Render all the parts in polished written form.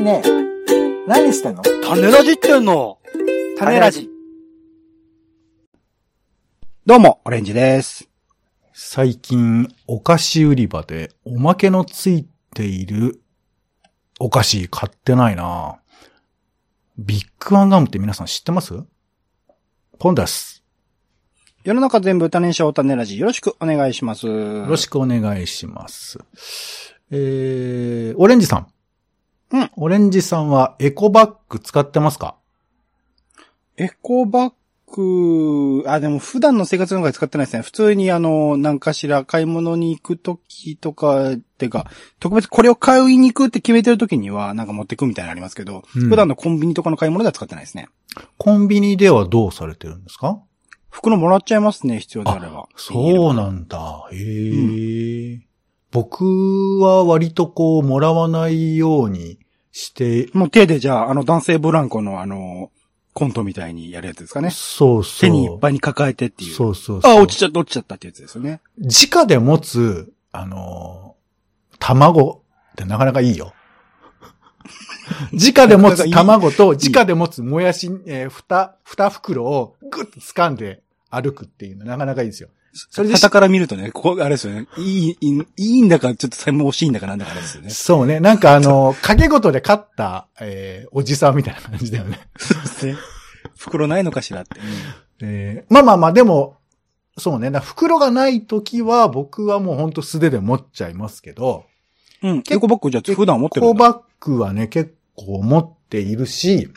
ねえ。何してんの？ 種ラジってんの。種ラジ。 どうも、オレンジです。 最近、お菓子売り場でおまけのついているお菓子買ってないな。ビッグワンガムって皆さん知ってます？ポンです。 世の中全部種にしよう種ラジ。よろしくお願いします。 よろしくお願いします。オレンジさん。 うん。 オレンジさんはエコバッグ使ってますか？ エコバッグ、でも普段の生活の中で使ってないですね。普通に何かしら買い物に行くときとか、ってか、特別これを買いに行くって決めてるときにはなんか持ってくみたいなのありますけど、普段のコンビニとかの買い物では使ってないですね。 コンビニではどうされてるんですか？ 袋もらっちゃいますね、必要であれば。 そうなんだ。へえ。僕は割ともらわないようにして。 もう手でじゃあ、男性ブランコのコントみたいにやるやつですかね。 そうそう。 手にいっぱいに抱えてっていう。 そうそうそう。落ちちゃったってやつですよね。 直で持つ、卵ってなかなかいいよ。直で持つ卵と直で持つもやし、二袋をグッと掴んで歩くっていうのなかなかいいですよ。 それで下から見るとね、あれですよね。いいんだか、ちょっと最も惜しいんだかなんだかですよね。 そうね。なんか掛け事で勝った、おじさんみたいな感じだよね。 そうですね。袋ないのかしらって。 まあ、でも、そうね。袋がないときは、僕はもうほんと素手で持っちゃいますけど。 うん。エコバッグじゃ普段持ってるんだ。 エコバッグはね、結構持っているし、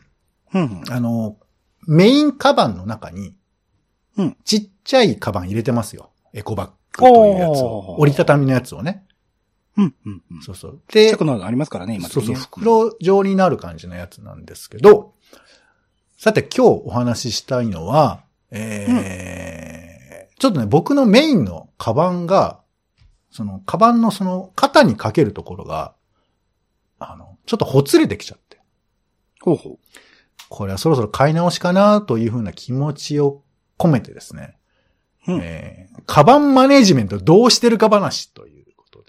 メインカバンの中に、ちっちゃいカバン入れてますよ。エコバッグというやつを。折りたたみのやつをね。そうそう。で、 ちっちゃくなるのありますからね、今、ね。 そうそう、袋状になる感じのやつなんですけど、さて今日お話ししたいのは、ちょっとね、僕のメインのカバンが、カバンの肩にかけるところが、ちょっとほつれてきちゃって。 ほうほう。 これはそろそろ買い直しかなというふうな気持ちを込めてですね、カバンマネジメントどうしてるか話ということ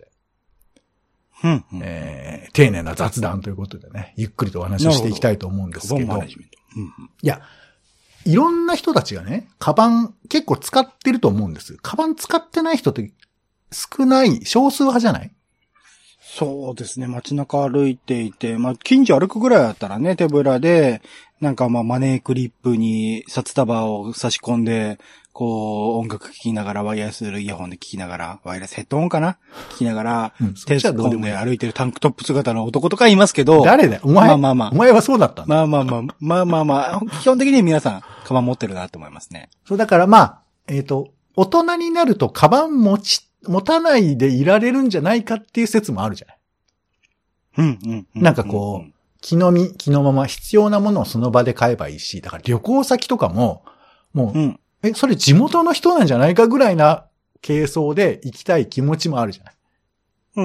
で、丁寧な雑談ということでね、ゆっくりとお話をしていきたいと思うんですけど、いや、いろんな人たちがね、カバン結構使ってると思うんです。カバン使ってない人って少ない、少数派じゃない？ そうですね。街中歩いていて、近所歩くぐらいだったらね、手ぶらで、なんかマネークリップに札束を差し込んで、音楽聴きながら、ワイヤレスイヤホンで聴きながら、ワイヤレスヘッドホンかな聴きながら、手突っ込んで歩いてるタンクトップ姿の男とかいますけど。 誰だよお前。お前はそうだったんだ。 基本的に皆さん、カバン持ってるなと思いますね。 そう、だから大人になるとカバン持たないでいられるんじゃないかっていう説もあるじゃない。なんか気のまま必要なものをその場で買えばいいし、だから旅行先とかも、もう、それ地元の人なんじゃないかぐらいな軽装で行きたい気持ちもあるじゃない。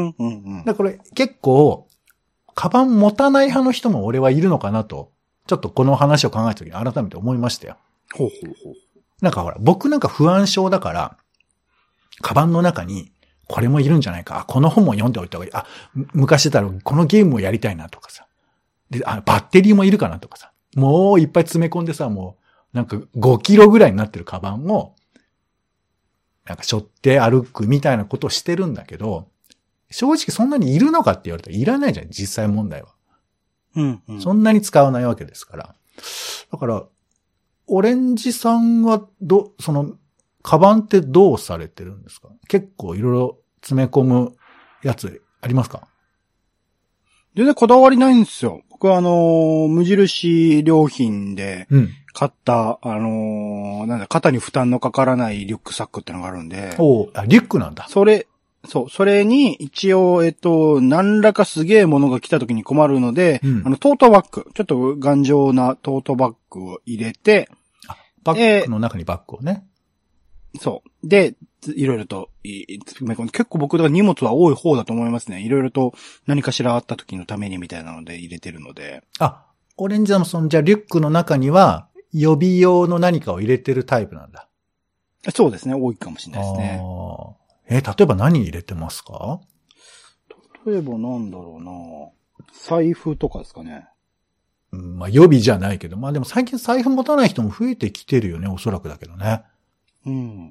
だからこれ結構、カバン持たない派の人も俺はいるのかなと、ちょっとこの話を考えた時に改めて思いましたよ。なんかほら、僕なんか不安症だから、カバンの中に、これもいるんじゃないか。この本も読んでおいた方がいい。昔だったらこのゲームをやりたいなとかさ。で、バッテリーもいるかなとかさ。もういっぱい詰め込んでさ、もう、なんか5キロぐらいになってるカバンを、なんか背負って歩くみたいなことをしてるんだけど、正直そんなにいるのかって言われたらいらないじゃん、実際問題は。そんなに使わないわけですから。だから、オレンジさんはカバンってどうされてるんですか？結構いろいろ詰め込むやつありますか？ 全然こだわりないんですよ。僕は無印良品で買った、肩に負担のかからないリュックサックってのがあるんで。 リュックなんだ。 それに一応、何らかすげえものが来た時に困るので、トートバッグ、ちょっと頑丈なトートバッグを入れて、 バッグの中にバッグをね。 そう。で、いろいろと、結構僕だから荷物は多い方だと思いますね。いろいろと何かしらあった時のためにみたいなので入れてるので。 オレンジさんもじゃあリュックの中には予備用の何かを入れてるタイプなんだ。 そうですね。多いかもしれないですね。 例えば何入れてますか？ 例えばなんだろうな。 財布とかですかね。 まあ予備じゃないけど、まあでも最近財布持たない人も増えてきてるよね、おそらくだけどね。 うん。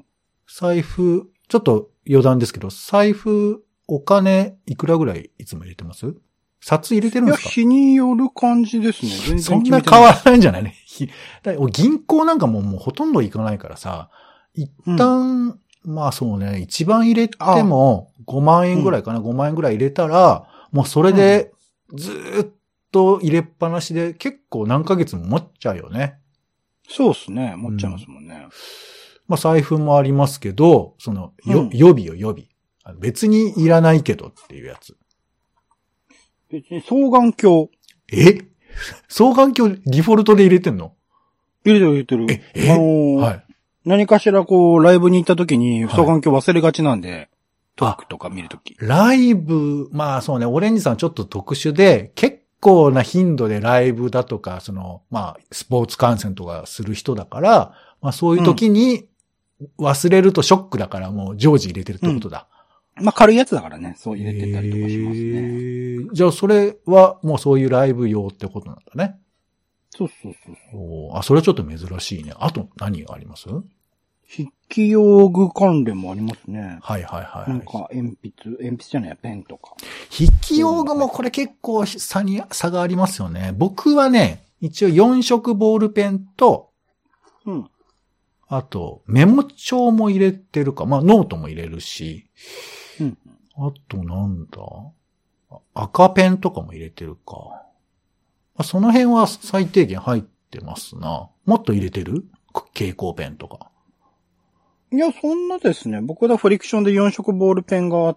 財布、ちょっと余談ですけど、財布、お金、いくらぐらいいつも入れてます？札入れてるんですか？ いや、日による感じですね。全然そんな変わらないんじゃないね。銀行なんかもうほとんど行かないからさ、一旦、まあそうね、一番入れても5万円ぐらいかな、5万円ぐらい入れたら、もうそれでずーっと入れっぱなしで結構何ヶ月も持っちゃうよね。 そうっすね。持っちゃいますもんね。 まあ財布もありますけど、その、予備よ予備。別にいらないけどっていうやつ。 別に双眼鏡。 双眼鏡デフォルトで入れてんの？ 入れてる。はい。何かしらこう、ライブに行った時に双眼鏡忘れがちなんで、トークとか見るとき。 ライブ、まあそうね、オレンジさんちょっと特殊で、結構な頻度でライブだとか、その、まあ、スポーツ観戦とかする人だから、まあそういう時に忘れるとショックだからもう常時入れてるってことだ。 まあ軽いやつだからね、そう入れてたりとかしますね。 じゃあそれはもうそういうライブ用ってことなんだね。 そう。 それはちょっと珍しいね。あと何があります？ 筆記用具関連もありますね。 はい。 なんか鉛筆じゃないや、ペンとか。 筆記用具もこれ結構差がありますよね。僕はね、一応4色ボールペンと、あとメモ帳も入れてるか、まあノートも入れるし、あとなんだ？赤ペンとかも入れてるか。その辺は最低限入ってますな。もっと入れてる？蛍光ペンとか。 いや、そんなですね。僕はフリクションで4色ボールペンがあって、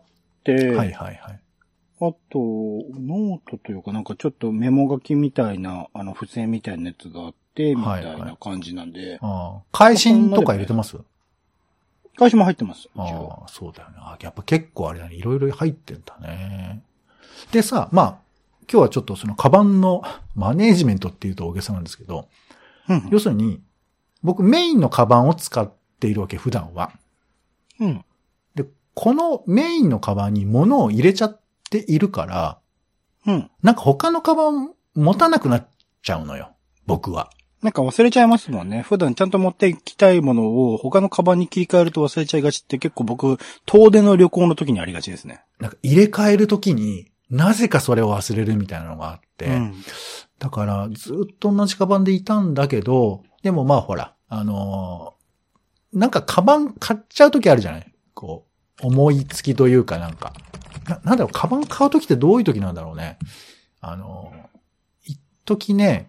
はい。 あと、ノートというかなんかちょっとメモ書きみたいな、付箋みたいなやつがあって、みたいな感じなんで。 会心とか入れてます？ 会心も入ってます。 そうだよね。やっぱ結構あれだね。いろいろ入ってんだね。でさ、まあ、今日はちょっとそのカバンのマネージメントっていうと大げさなんですけど、要するに、僕メインのカバンを使っているわけ、普段は。で、このメインのカバンに物を入れちゃっているから、なんか他のカバン持たなくなっちゃうのよ、僕は。 なんか忘れちゃいますもんね。普段ちゃんと持っていきたいものを他のカバンに切り替えると忘れちゃいがちって結構僕、遠出の旅行の時にありがちですね。 なんか入れ替える時になぜかそれを忘れるみたいなのがあって、だからずっと同じカバンでいたんだけど、でもまあほら、なんかカバン買っちゃう時あるじゃない？こう、思いつきというかなんか。なんだろう、カバン買う時ってどういう時なんだろうね。一時ね、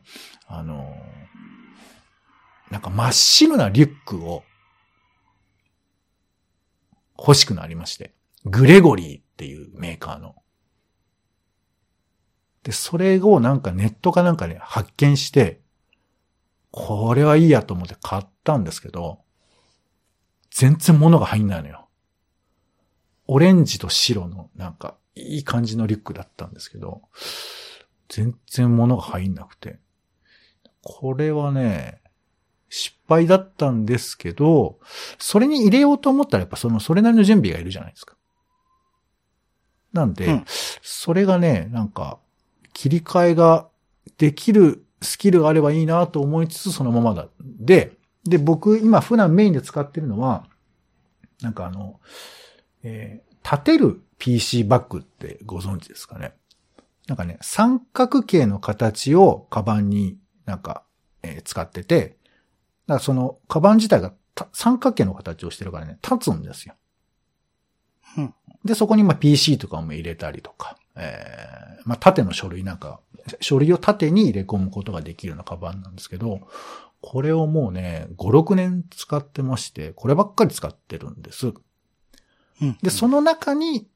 なんか真っ白なリュックを欲しくなりまして。グレゴリーっていうメーカーの。で、それをなんかネットかなんかで発見して、これはいいやと思って買ったんですけど、全然物が入んないのよ。オレンジと白のなんかいい感じのリュックだったんですけど、全然物が入んなくて。これはね、失敗だったんですけど、それに入れようと思ったらやっぱそれなりの準備がいるじゃないですか。なんで、それがね、なんか、切り替えができるスキルがあればいいなと思いつつそのままだ。で、僕今普段メインで使ってるのは、なんか立てる PC バッグってご存知ですかね。なんかね、三角形の形をカバンになんか、使ってて、だからそのカバン自体が三角形の形をしてるからね、立つんですよ。で、そこにまあ PC とかも入れたりとか、まあ縦の書類なんか、書類を縦に入れ込むことができるようなカバンなんですけど、これをもうね、5、6年使ってまして、こればっかり使ってるんです。で、その中に、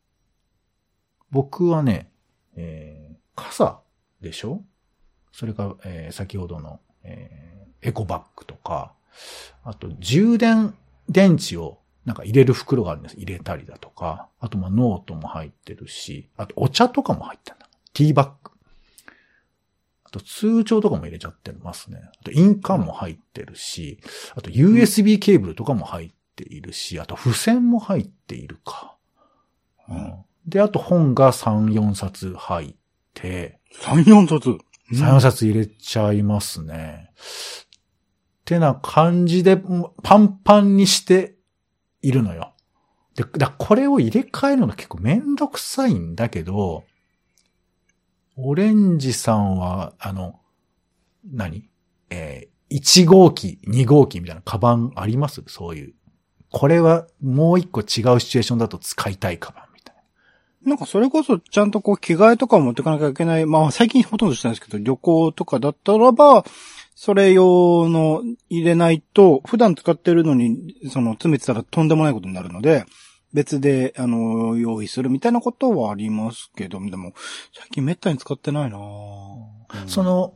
僕はね、傘でしょ？それから、先ほどの、エコバッグとか、あと充電電池をなんか入れる袋があるんです。入れたりだとか、あとまあノートも入ってるし、あとお茶とかも入ってるんだ。ティーバッグ。あと通帳とかも入れちゃってますね。あと印鑑も入ってるし、あと USB ケーブルとかも入っているし、あと付箋も入っているか。で、あと本が3、4冊入って。 3、4冊。 3、4冊入れちゃいますね。ってな感じで、パンパンにしているのよ。で、これを入れ替えるのが結構めんどくさいんだけど、オレンジさんは、1号機、2号機みたいなカバンあります？そういう。これはもう一個違うシチュエーションだと使いたいカバンみたいな。 なんかそれこそちゃんとこう着替えとかを持ってかなきゃいけない。まあ最近ほとんどしてないですけど、旅行とかだったらば、それ用の入れないと、普段使ってるのに、詰めてたらとんでもないことになるので、別で、用意するみたいなことはありますけど、でも、最近めったに使ってないなぁ。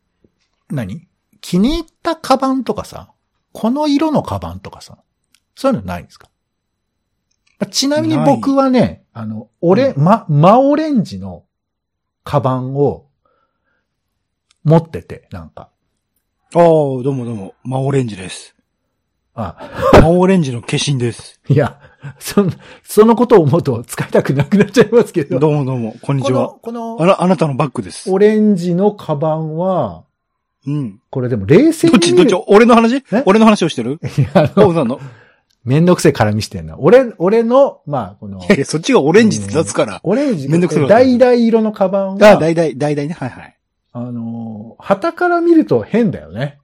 気に入ったカバンとかさ、この色のカバンとかさ、そういうのないんですか？ちなみに僕はね、真オレンジのカバンを持ってて、なんか。 ああ、どうも、真オレンジです。 真オレンジの化身です。 いや、そのことを思うと使いたくなくなっちゃいますけど。 どうも、こんにちは。あなたのバッグです。 オレンジのカバンは、 うん。 これでも冷静にどっち俺の話をしてる？ いや、めんどくせえ絡みしてんな。俺の、 いや、そっちがオレンジって立つから。 オレンジ、 めんどくせえ。 橙色のカバンは。 橙ね。はいはい。 旗から見ると変だよね。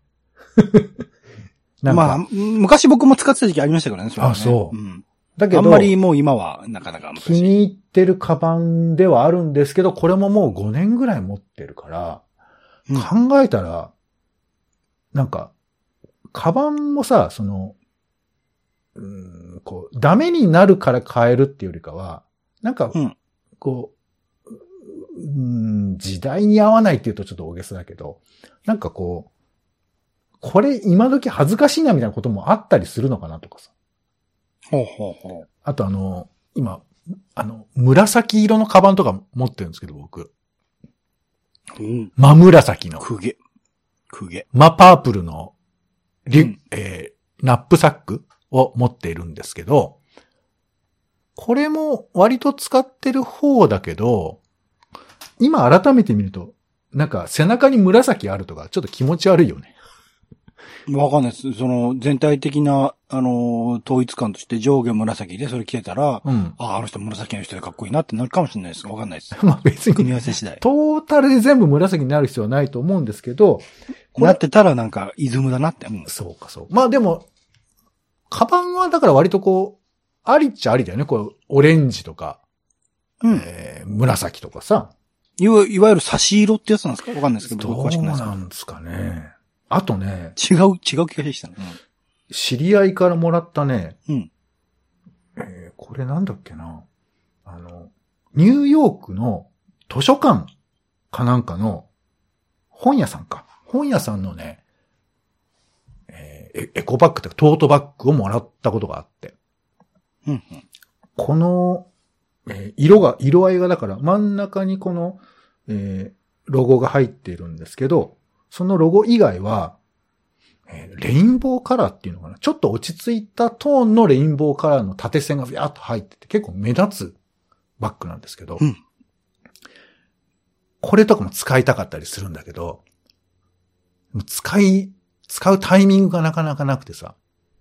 まあ、昔僕も使ってた時期ありましたからね、それはね。 そう。 うん。 だけど、 あんまりもう今はなかなか気に入ってるカバンではあるんですけど、これももう5年ぐらい持ってるから、考えたら、なんか、カバンもさ、ダメになるから変えるっていうよりかは、なんか、時代に合わないって言うとちょっと大げさだけど、なんかこれ今時恥ずかしいなみたいなこともあったりするのかなとかさ。あと今、紫色のカバンとか持ってるんですけど、僕。真紫の。 くげ。 真パープルのナップサックを持っているんですけど、これも割と使ってる方だけど、今改めて見ると、なんか背中に紫あるとかちょっと気持ち悪いよね。 わかんないです。全体的な、統一感として上下紫でそれ着てたら、あの人紫の人でかっこいいなってなるかもしれないです。わかんないです。 まあ別に。 組み合わせ次第。 トータルで全部紫になる必要はないと思うんですけど、 なってたらなんか、イズムだなって。 そうか。まあでも、カバンはだから割とありっちゃありだよね。オレンジとか、紫とかさ。 いわゆる差し色ってやつなんですか？わかんないですけど、 どうなんですかね。あとね。 違う気がしたの。 知り合いからもらったね。 うん。 これなんだっけな。ニューヨークの図書館かなんかの本屋さんか。本屋さんのね、エコバッグとかトートバッグをもらったことがあって。この、色合いがだから真ん中にこの、ロゴが入っているんですけど、そのロゴ以外は、レインボーカラーっていうのかな。ちょっと落ち着いたトーンのレインボーカラーの縦線がビャーっと入ってて結構目立つバッグなんですけど、これとかも使いたかったりするんだけど、使うタイミングがなかなかなくてさ。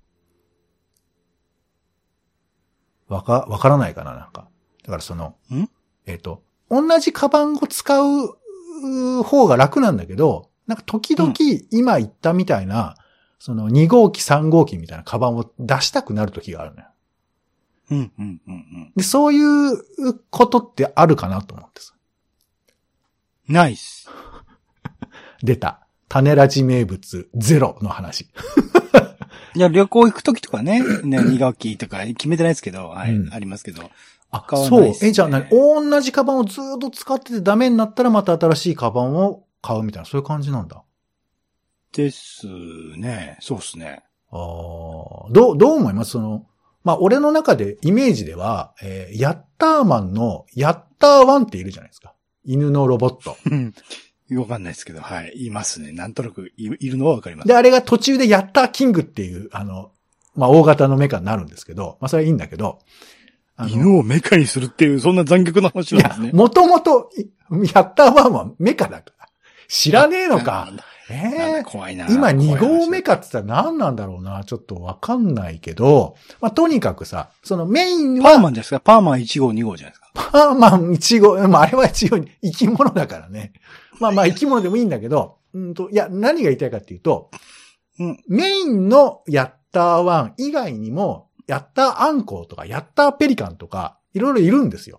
わからないかな、なんか。だから同じカバンを使う方が楽なんだけど、なんか時々今言ったみたいな、2号機3号機みたいなカバンを出したくなる時があるのよ。で、そういうことってあるかなと思ってさ。 ナイス。 出た。種ラジ名物ゼロの話。 いや、旅行行くときとかね、2学期とか決めてないですけど、はい、ありますけど。 そう。じゃあ同じカバンをずっと使っててダメになったらまた新しいカバンを買うみたいな、そういう感じなんだ。 ですね。そうですね。 どう思います？俺の中で、イメージでは、ヤッターマンのヤッターワンっているじゃないですか。犬のロボット。 わかんないですけど、はい。いますね。なんとなくいるのはわかります。 で、あれが途中でヤッターキングっていう、大型のメカになるんですけど、それはいいんだけど、 犬をメカにするっていう、そんな残虐な話なんですね。 もともと、ヤッター1はメカだから。知らねえのか。 怖いな。 今2号メカって言ったら何なんだろうな。ちょっとわかんないけど、まあ、とにかくさ、そのメインは。 パーマンですか？パーマン1号2号じゃないですか。 パーマン1号、まあ、あれは一応生き物だからね。まあ生き物でもいいんだけど、いや、何が言いたいかっていうと、メインのヤッター1以外にも、ヤッターアンコウとか、ヤッターペリカンとか、いろいろいるんですよ。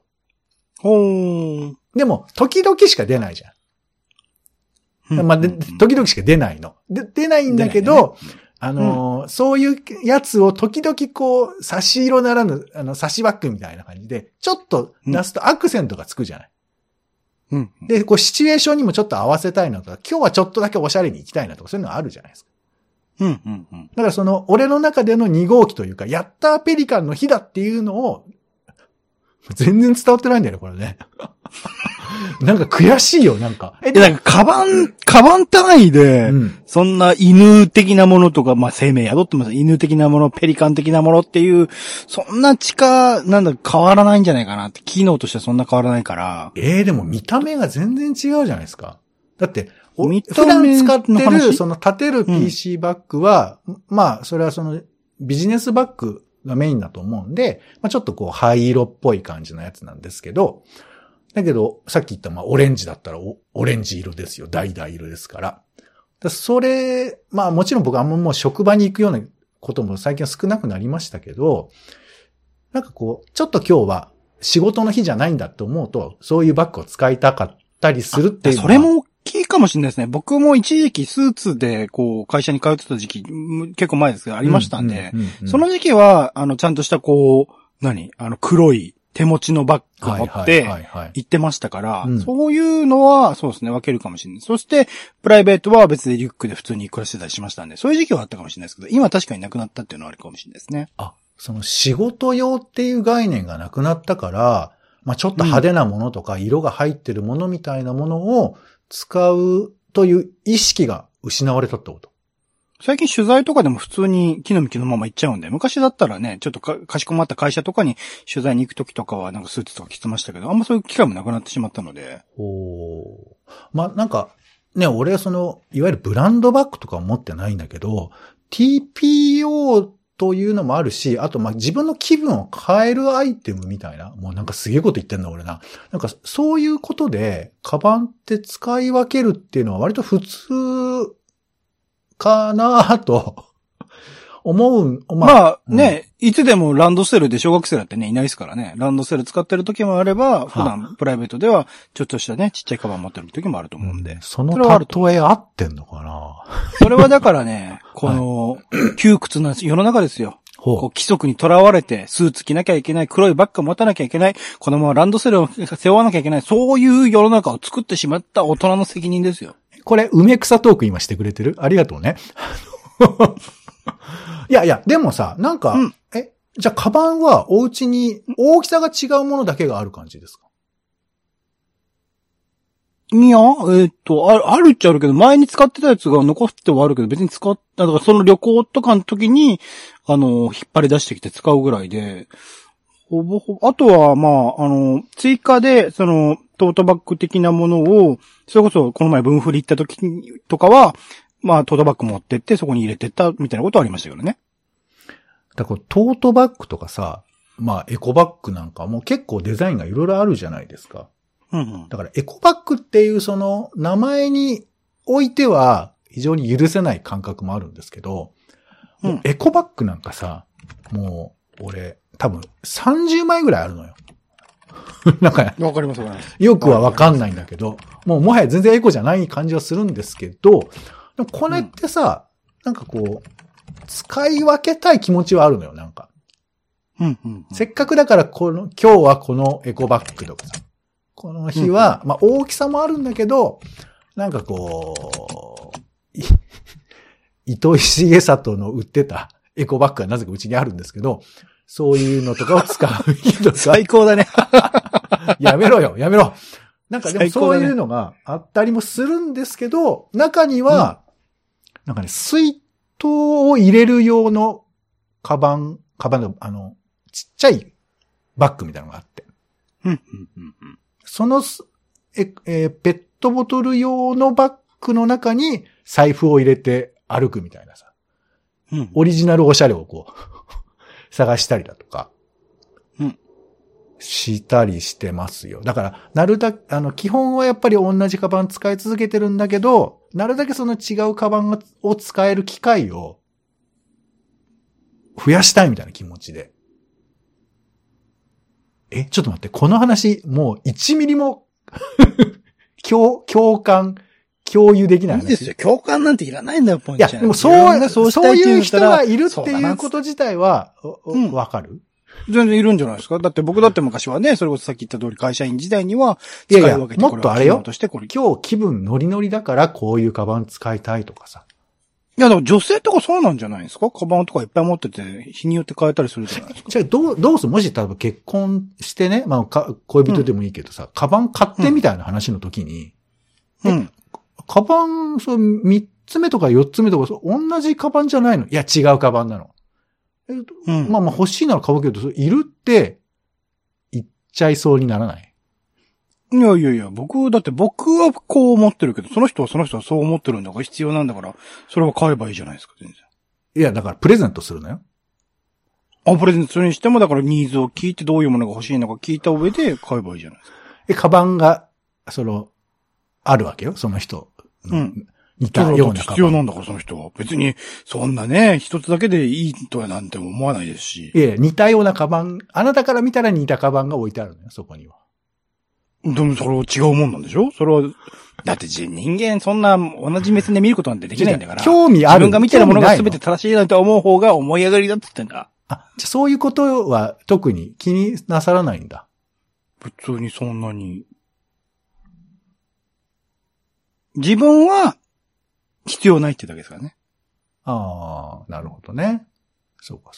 でも、時々しか出ないじゃん。まあ、時々しか出ないの。出ないんだけど、そういうやつを時々こう、差し色ならぬ、差しバックみたいな感じで、ちょっと出すとアクセントがつくじゃない。で、こう、シチュエーションにもちょっと合わせたいなとか、今日はちょっとだけおしゃれに行きたいなとか、そういうのがあるじゃないですか。だからその、俺の中での2号機というか、ヤッターペリカンの日だっていうのを、全然伝わってないんだよね、これね。なんか悔しいよ、なんか。 なんか、カバン単位で、そんな犬的なものとか、まあ、生命宿ってます。犬的なもの、ペリカン的なものっていう、そんな変わらないんじゃないかなって、機能としてはそんな変わらないから。 でも見た目が全然違うじゃないですか。だって、普段使ってる、その立てる PC バッグは、まあ、それはその、ビジネスバッグがメインだと思うんで、まあ、ちょっとこう、灰色っぽい感じのやつなんですけど、だけど、さっき言ったまあオレンジだったらオレンジ色ですよ。橙色ですから。それ、まあもちろん僕はもう職場に行くようなことも最近は少なくなりましたけど、なんかこう、ちょっと今日は仕事の日じゃないんだって思うと、そういうバッグを使いたかったりするっていうのは。 それも大きいかもしれないですね。僕も一時期スーツでこう会社に通ってた時期、結構前ですけどありましたんで、その時期は、ちゃんとしたこう、黒い、手持ちのバッグを持って行ってましたから、そういうのはそうですね、分けるかもしれない。そして、プライベートは別でリュックで普通に暮らしてたりしましたんで、そういう時期はあったかもしれないですけど、今確かになくなったっていうのはあるかもしれないですね。 その仕事用っていう概念がなくなったから、まあちょっと派手なものとか色が入ってるものみたいなものを使うという意識が失われたってこと？ 最近取材とかでも普通に木の幹のまま行っちゃうんで、昔だったらね、ちょっとかしこまった会社とかに取材に行くときとかはなんかスーツとか着てましたけど、あんまそういう機会もなくなってしまったので。 まあ、なんか、ね、俺はその、いわゆるブランドバッグとかは持ってないんだけど、TPO というのもあるし、あとまあ自分の気分を変えるアイテムみたいな、もうなんかすげえこと言ってんだ俺な。なんかそういうことで、カバンって使い分けるっていうのは割と普通、かなぁと思う。 まあね、いつでもランドセルで小学生だってね、いないですからね。ランドセル使ってる時もあれば、普段プライベートではちょっとしたね、ちっちゃいカバン持ってる時もあると思うんで。 その例え合ってんのかな？ それはだからね、この、窮屈な世の中ですよ。こう規則にとらわれて、スーツ着なきゃいけない、黒いバッグを持たなきゃいけない、このままランドセルを背負わなきゃいけない、そういう世の中を作ってしまった大人の責任ですよ。 これ、梅草トーク今してくれてる？ありがとうね。いや、でもさ、なんか、じゃあ、カバンはお家に大きさが違うものだけがある感じですか？ いや、あるっちゃあるけど、前に使ってたやつが残ってはあるけど、別にだからその旅行とかの時に、引っ張り出してきて使うぐらいで、あとは、まあ、追加で、トートバッグ的なものを、それこそ、この前分振り行った時とかは、まあ、トートバッグ持ってって、そこに入れてったみたいなことはありましたけどね。 だから、トートバッグとかさ、まあ、エコバッグなんかも結構デザインがいろいろあるじゃないですか。だから、エコバッグっていうその、名前においては、非常に許せない感覚もあるんですけど、もうエコバッグなんかさ、もう、俺、多分30枚ぐらいあるのよ。なんか、 わかります。 よくはわかんないんだけど、もはや全然エコじゃない感じはするんですけど、でもこれってさ、なんかこう、使い分けたい気持ちはあるのよ、なんか。せっかくだから今日はこのエコバッグとかさ、この日は、まあ大きさもあるんだけど、なんかこう、糸井重里の売ってたエコバッグがなぜかうちにあるんですけど、そういうのとかを使うけどさ。 最高だね。 やめろ。なんかでもそういうのがあったりもするんですけど、中には、なんかね、水筒を入れる用のカバンの、ちっちゃいバッグみたいなのがあって。その、ペットボトル用のバッグの中に財布を入れて歩くみたいなさ。オリジナルおしゃれをこう、探したりだとか。したりしてますよ。だから、なるだけ、基本はやっぱり同じカバン使い続けてるんだけど、なるだけその違うカバンを使える機会を増やしたいみたいな気持ちで。ちょっと待って、この話、もう1ミリも共有できない話。 いいですよ。共感なんていらないんだよ、ポンちゃん。 いや、でもそういう人がいるっていうこと自体は、わかる？ 全然いるんじゃないですか。だって僕だって昔はね、それこそさっき言った通り会社員時代には使い分けて、 もっとあれよ。今日気分ノリノリだからこういうカバン使いたいとかさ。 いや、でも女性とかそうなんじゃないですか？カバンとかいっぱい持ってて、日によって変えたりするじゃないですか。 じゃあどうする？もし例えば結婚してね、まあ恋人でもいいけどさ、カバン買ってみたいな話の時に、カバン、3つ目とか4つ目とか、同じカバンじゃないの？いや、違うカバンなの。まあ欲しいなら買うけど、いるって、言っちゃいそうにならない？ いや、僕はこう思ってるけど、その人はそう思ってるんだから必要なんだから、それは買えばいいじゃないですか、全然。 いや、だからプレゼントするのよ。 プレゼントするにしても、だからニーズを聞いてどういうものが欲しいのか聞いた上で買えばいいじゃないですか。 カバンが、あるわけよ、その人。似たようなカバン。 必要なんだから、その人は。別に、そんなね、一つだけでいいとはなんて思わないですし。 いや、似たようなカバン、あなたから見たら似たカバンが置いてあるのよ、そこには。 でもそれは違うもんなんでしょ？それは、だって人間そんな同じ目線で見ることなんてできないんだから。 興味ある。 自分が見てるものが全て正しいなと思う方が思い上がりだって言ってんだ。 じゃあそういうことは特に気になさらないんだ。 普通にそんなに。自分は必要ないってだけですからね。 なるほどね。そうか。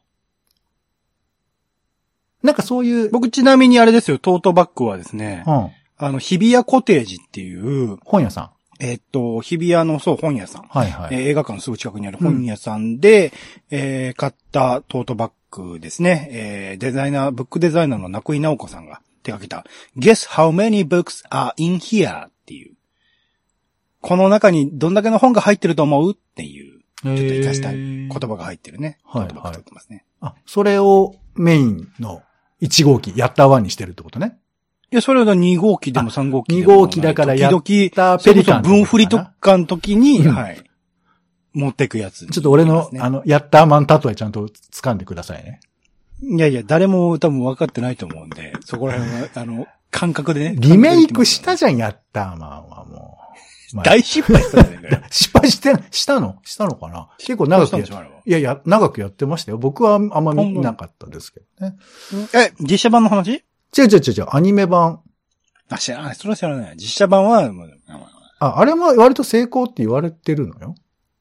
なんかそういう。 僕ちなみにあれですよ、トートバッグはですね、日比谷コテージっていう、 本屋さん。 日比谷の本屋さん。 はいはい。 映画館のすぐ近くにある本屋さんで、買ったトートバッグですね。ブックデザイナーの中井直子さんが手掛けた、Guess how many books are in here? っていう。この中にどんだけの本が入ってると思うっていう、ちょっと活かした言葉が入ってるね。トートバッグ作ってますね。 それをメインの1号機、ヤッター1にしてるってことね。 いや、それは2号機でも3号機でも。2号機だからヤッターペリカン。 分振りとかの時に、持ってくやつ、 ちょっと俺の、ヤッターマン例えちゃんと掴んでくださいね。 いや、誰も多分分かってないと思うんで、そこら辺は、感覚でね。 リメイクしたじゃん、ヤッターマンはもう。 大失敗したんだよね。 失敗したのかな？結構長く長くやってましたよ。僕はあんま見なかったですけどね。 実写版の話？ 違う、アニメ版。 知らない。それは知らない。実写版は、 あれも割と成功って言われてるのよ。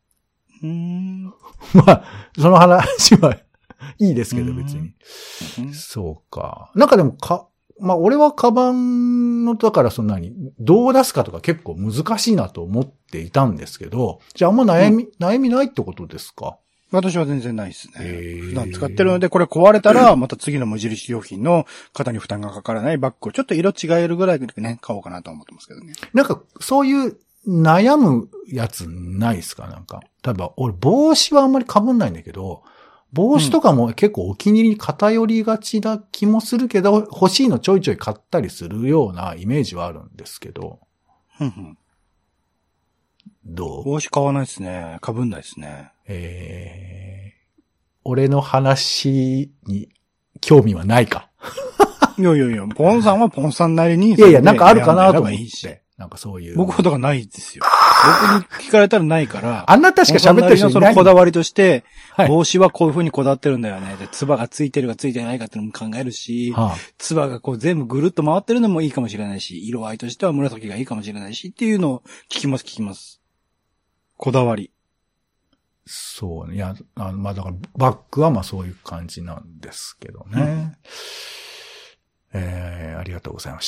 まあ、その話はいいですけど別に。そうか。なんかでもまあ俺はカバンの、だからどう出すかとか結構難しいなと思っていたんですけど、じゃああんま悩みないってことですか？ 私は全然ないですね。普段使ってるので、これ壊れたら、また次の無印良品の肩に負担がかからないバッグをちょっと色違えるぐらいでね、買おうかなと思ってますけどね。 なんか、そういう悩むやつないですか？なんか、例えば俺帽子はあんまり被んないんだけど、帽子とかも結構お気に入りに偏りがちな気もするけど、欲しいのちょいちょい買ったりするようなイメージはあるんですけど。どう？ 帽子買わないですね。被んないですね。 俺の話に興味はないか。 いや、ポンさんはポンさんなりに。 いや、なんかあるかなと思って。なんかそういう。 僕はだからないですよ。僕に聞かれたらないから。 あなたしか喋ってる人いない。 そのこだわりとして、帽子はこういう風にこだわってるんだよね。で、つばがついてるかついてないかっていうのも考えるし、つばがこう全部ぐるっと回ってるのもいいかもしれないし、色合いとしては紫がいいかもしれないしっていうのを聞きます。こだわり。 そうね。いや、まあだからバッグはまあそういう感じなんですけどね。ありがとうございました。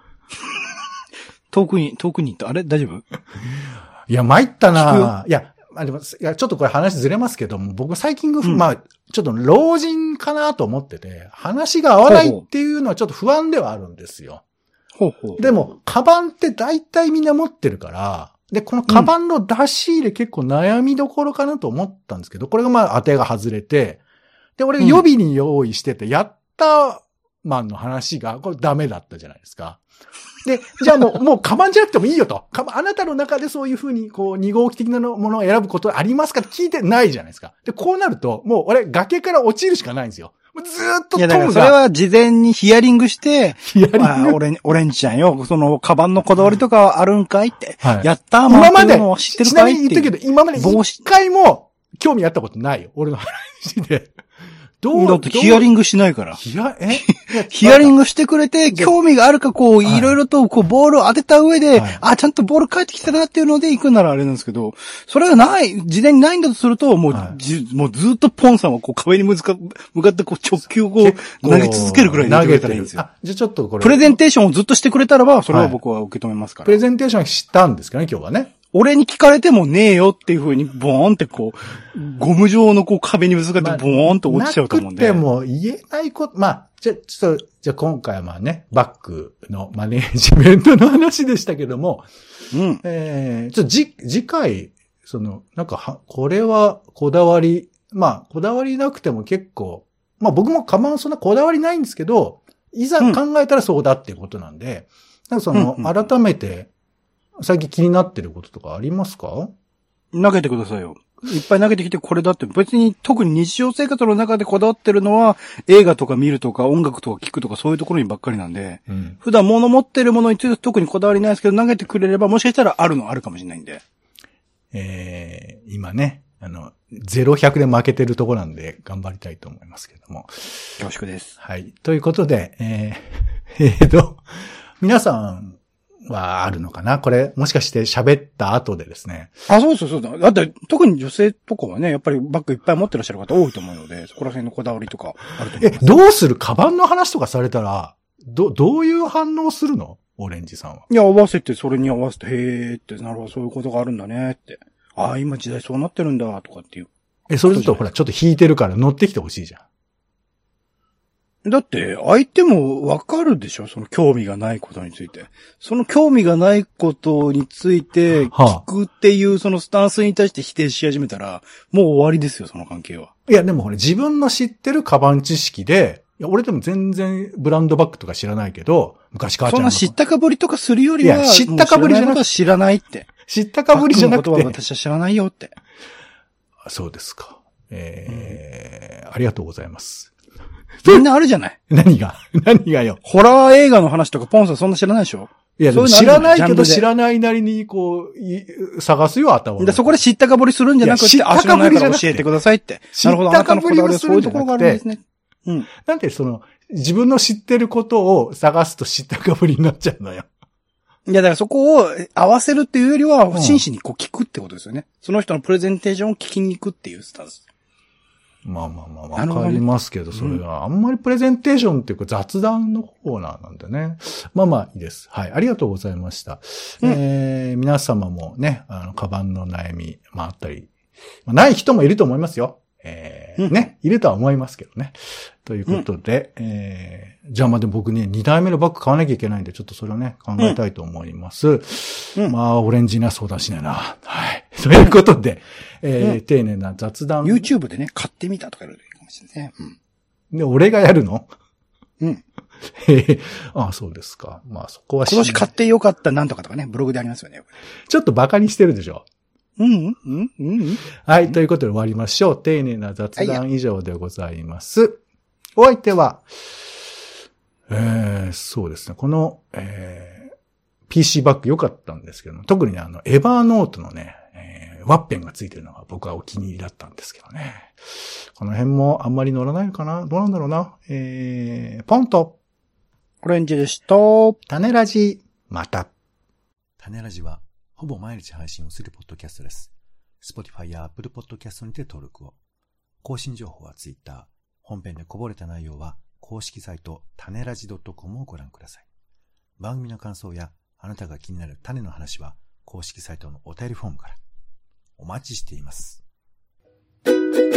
遠くに行った。あれ大丈夫？ いや、参ったな。いや、 まあでも、いや、ちょっとこれ話ずれますけども、僕最近、 んまあ、ちょっと老人かなと思ってて、話が合わないっていうのはちょっと不安ではあるんですよ。 ほうほう。 でも、カバンって大体みんな持ってるから、で、このカバンの出し入れ結構悩みどころかなと思ったんですけど、これがまあ当てが外れて、で、俺予備に用意してて、やったマンの話が、これダメだったじゃないですか。で、じゃあもうカバンじゃなくてもいいよと。あなたの中でそういう風に、こう、2号機的なものを選ぶことありますかって聞いてないじゃないですか。で、こうなると、もう俺崖から落ちるしかないんですよ。ずーっとトムが。 いや、だからそれは事前にヒアリングして、 ヒアリングオレンジちゃんよ、その、カバンのこだわりとかはあるんかいって。 はい、 やったー今まで、 知ってるちなかいって。 みに言ったけど、今まで一回も興味あったことないよ。俺の話で。 だってヒアリングしないから。 ヒアリングしてくれて、興味があるかこう、いろいろとこう、ボールを当てた上で、ちゃんとボール返ってきたなっていうので行くならあれなんですけど、それがない、事前にないんだとすると、もう、もうずっとポンさんはこう、壁に向かってこう、直球をこう、投げ続けるくらい投げたらいいんですよ。 じゃあちょっとこれ。 プレゼンテーションをずっとしてくれたらば、それは僕は受け止めますから。 プレゼンテーションしたんですかね、今日はね。 俺に聞かれてもねえよっていう風に、ボーンってこう、ゴム状のこう壁にぶつかってボーンと落ちちゃうと思うんで。 なくても言えないこと、まあ、じゃあ今回はまあね、バックのマネージメントの話でしたけども、次回、なんかこれはこだわり、まあ、こだわりなくても結構、まあ僕もカバンそんなこだわりないんですけど、いざ考えたらそうだっていうことなんで、なんか改めて、最近気になってることとかありますか？ 投げてくださいよ。いっぱい投げてきてこれだって別に特に日常生活の中でこだわってるのは映画とか見るとか音楽とか聞くとかそういうところにばっかりなんで、普段持ってるものについて特にこだわりないですけど投げてくれればもしかしたらあるかもしれないんで。 今ね、0-100で負けてるとこなんで頑張りたいと思いますけども。 よろしくです。 はい。ということで、皆さん、はあるのかなこれ、もしかして喋った後でですね。 そうだ。だって、特に女性とかはね、やっぱりバッグいっぱい持ってらっしゃる方多いと思うので、そこら辺のこだわりとかあると思います。 どうする？カバンの話とかされたら、どういう反応するの？オレンジさんは。 いや、合わせて、それに合わせて、へーって、なるほど、そういうことがあるんだねって。今時代そうなってるんだ、とかっていう。 それだとほら、ちょっと引いてるから乗ってきてほしいじゃん。 だって、相手もわかるでしょその興味がないことについて。その興味がないことについて、聞くっていうそのスタンスに対して否定し始めたら、もう終わりですよ、その関係は。 いや、でもこれ自分の知ってるカバン知識で、いや、俺でも全然ブランドバッグとか知らないけど、昔母ちゃんの。 そんな知ったかぶりとかするよりは、 いや、知ったかぶりじゃなくて。 知らないって。 知ったかぶりじゃなくて。 バッグのことは私は知らないよって。 そうですか。ありがとうございます。 みんなあるじゃない。 何がよ。 ホラー映画の話とかポンさんそんな知らないでしょ？ いや、でも知らないけど知らないなりにこう、探すよ、頭で。そこで知ったかぶりするんじゃなくて、知らないから教えてくださいって。なるほど、あなたのこだわりはそういうところがあるんですね。 なんで自分の知ってることを探すと知ったかぶりになっちゃうのよ。 いや、だからそこを合わせるっていうよりは、真摯にこう聞くってことですよね。その人のプレゼンテーションを聞きに行くっていうスタンス。 まあ、わかりますけど、それはあんまりプレゼンテーションっていうか雑談のコーナーなんでね。まあいいです。はい、ありがとうございました。皆様もね、カバンの悩み、あったり、ない人もいると思いますよ。ね、いるとは思いますけどね。ということで、じゃあでも僕ね、2代目のバッグ買わなきゃいけないんで、ちょっとそれをね、考えたいと思います。オレンジには相談しないな。はい。ということで、丁寧な雑談。 YouTube でね、買ってみたとかやるといいかもしれないですね。 で、俺がやるの？そうですか。そこは今年買ってよかったなんとかとかね、ブログでありますよね。 ちょっとバカにしてるでしょ。はい。ということで終わりましょう。丁寧な雑談以上でございます。お相手は、そうですね。この、PC バッグ良かったんですけども、特にね、エバーノートのね、ワッペンがついてるのが僕はお気に入りだったんですけどね。この辺もあんまり乗らないのかな？どうなんだろうな。ポンと。 オレンジでした。 種ラジ、また。 種ラジは、ほぼ毎日配信をするポッドキャストです。Spotify や Apple Podcast にて登録を。更新情報は Twitter。本編でこぼれた内容は公式サイト種ラジ .com をご覧ください。番組の感想やあなたが気になる種の話は公式サイトのお便りフォームから。 お待ちしています。